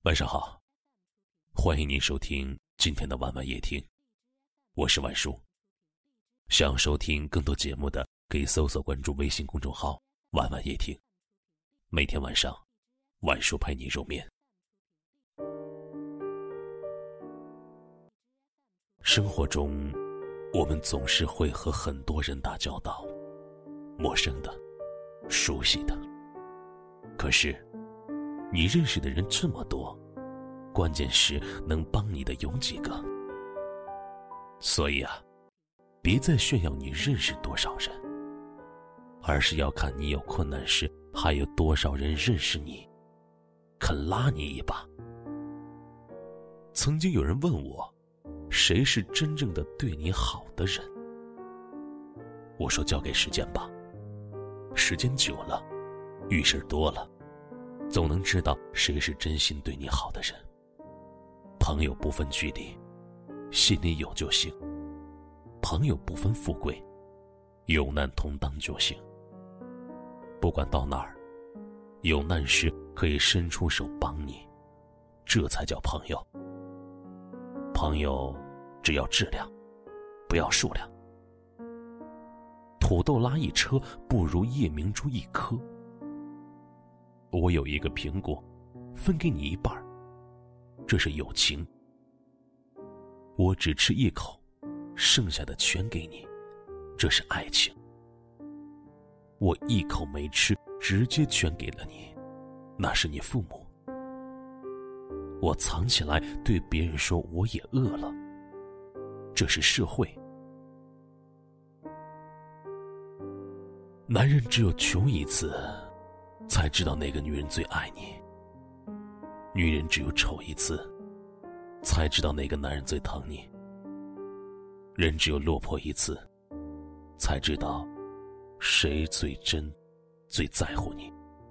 晚上好，欢迎您收听今天的晚晚夜听，我是晚叔。想收听更多节目的，可以搜索关注微信公众号晚晚夜听，每天晚上晚叔陪你入眠。生活中我们总是会和很多人打交道，陌生的，熟悉的。可是你认识的人这么多，关键是能帮你的有几个？所以啊，别再炫耀你认识多少人，而是要看你有困难时还有多少人认识你，肯拉你一把。曾经有人问我，谁是真正的对你好的人？我说交给时间吧，时间久了，遇事多了，总能知道谁是真心对你好的人。朋友不分距离，心里有就行；朋友不分富贵，有难同当就行。不管到哪儿，有难时可以伸出手帮你，这才叫朋友。朋友只要质量，不要数量。土豆拉一车，不如夜明珠一颗。我有一个苹果，分给你一半，这是友情。我只吃一口，剩下的全给你，这是爱情。我一口没吃，直接全给了你，那是你父母。我藏起来对别人说我也饿了，这是社会。男人只有穷一次，才知道哪个女人最爱你；女人只有丑一次，才知道哪个男人最疼你；人只有落魄一次，才知道谁最真，最在乎你。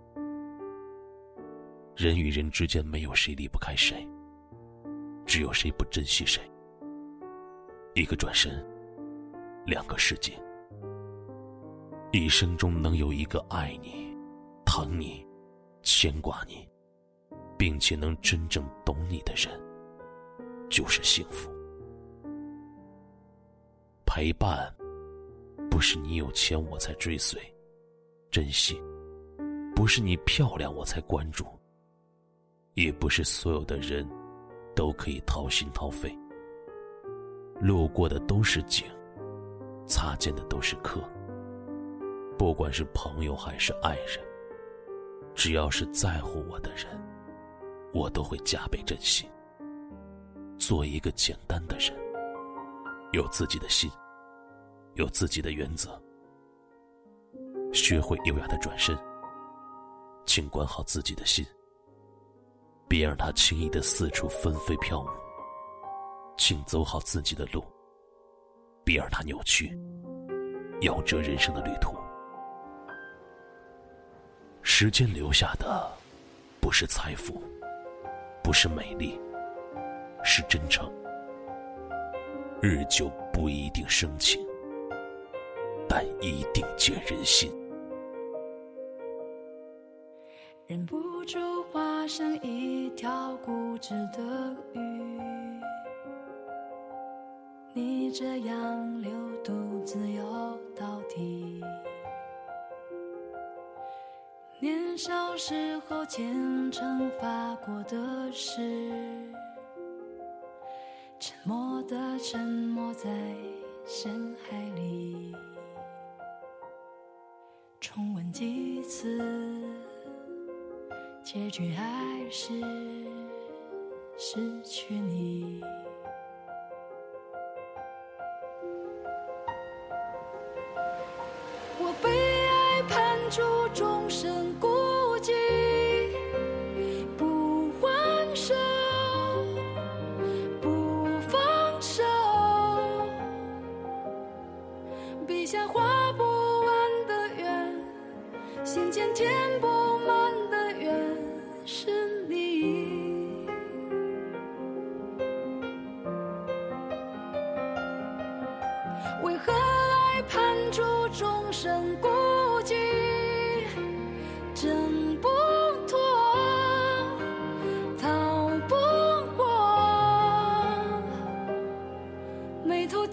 人与人之间没有谁离不开谁，只有谁不珍惜谁。一个转身，两个世界。一生中能有一个爱你、疼你、牵挂你，并且能真正懂你的人，就是幸福。陪伴不是你有钱我才追随，珍惜不是你漂亮我才关注，也不是所有的人都可以掏心掏肺。路过的都是景，擦肩的都是客。不管是朋友还是爱人，只要是在乎我的人，我都会加倍珍惜。做一个简单的人，有自己的心，有自己的原则。学会优雅的转身，请管好自己的心，别让它轻易的四处纷飞飘舞。请走好自己的路，别让它扭曲，夭折人生的旅途。时间留下的不是财富，不是美丽，是真诚。日久不一定生情，但一定见人心。 忍不住化身一条固执的鱼，你这样流独自游到底。年少时候虔诚发过的誓，沉默的沉没在深海里。重温几次，结局还是失去你。我被爱判处终身孤寂，不还手，不放手，笔下画不完的圆，心间填不满的缘，是你。为何爱判处终身孤寂，挣不脱，逃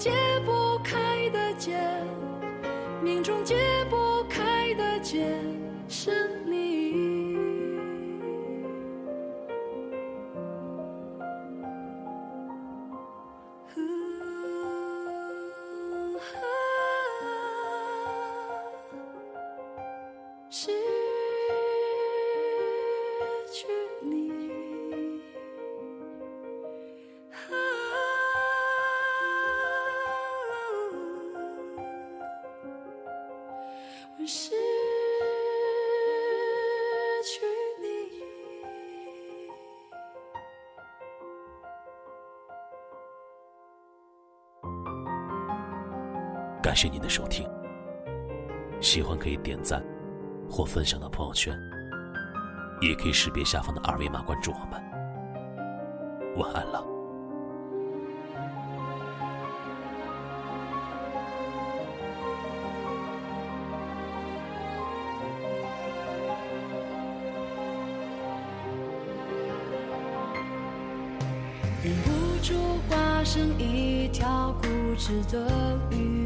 解不开的结，命中解不开的结是你。失去你，我失去你。 感谢您的收听，喜欢可以点赞或分享到朋友圈，也可以识别下方的二维码关注我们。晚安了。 忍不住化身一条固执的鱼，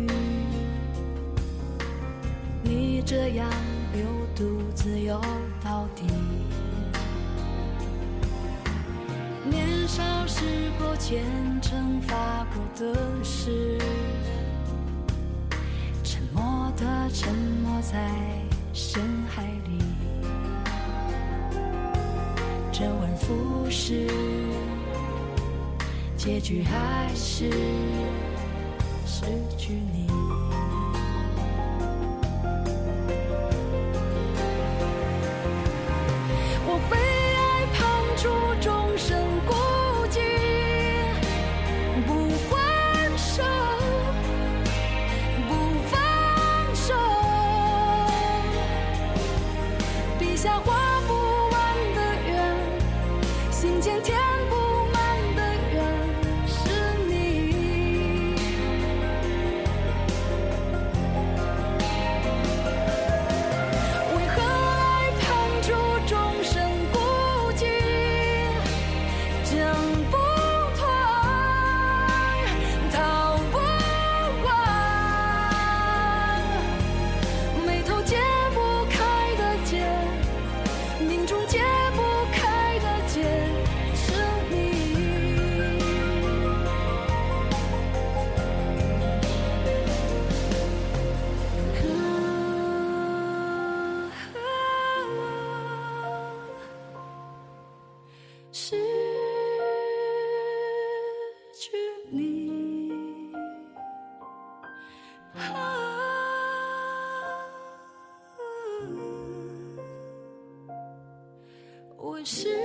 你这样流独自游到底。年少时候虔诚发过的誓，沉默地沉没在深海里，周而复始，结局还是失去你。我被爱判处终身孤寂，不还手，不放手，笔下画不完的圆，心间填不满的缘是你。为何爱判处终身孤寂，挣不脱，逃不完，眉头解不开的结，命中解不开的结是你。失去你，我是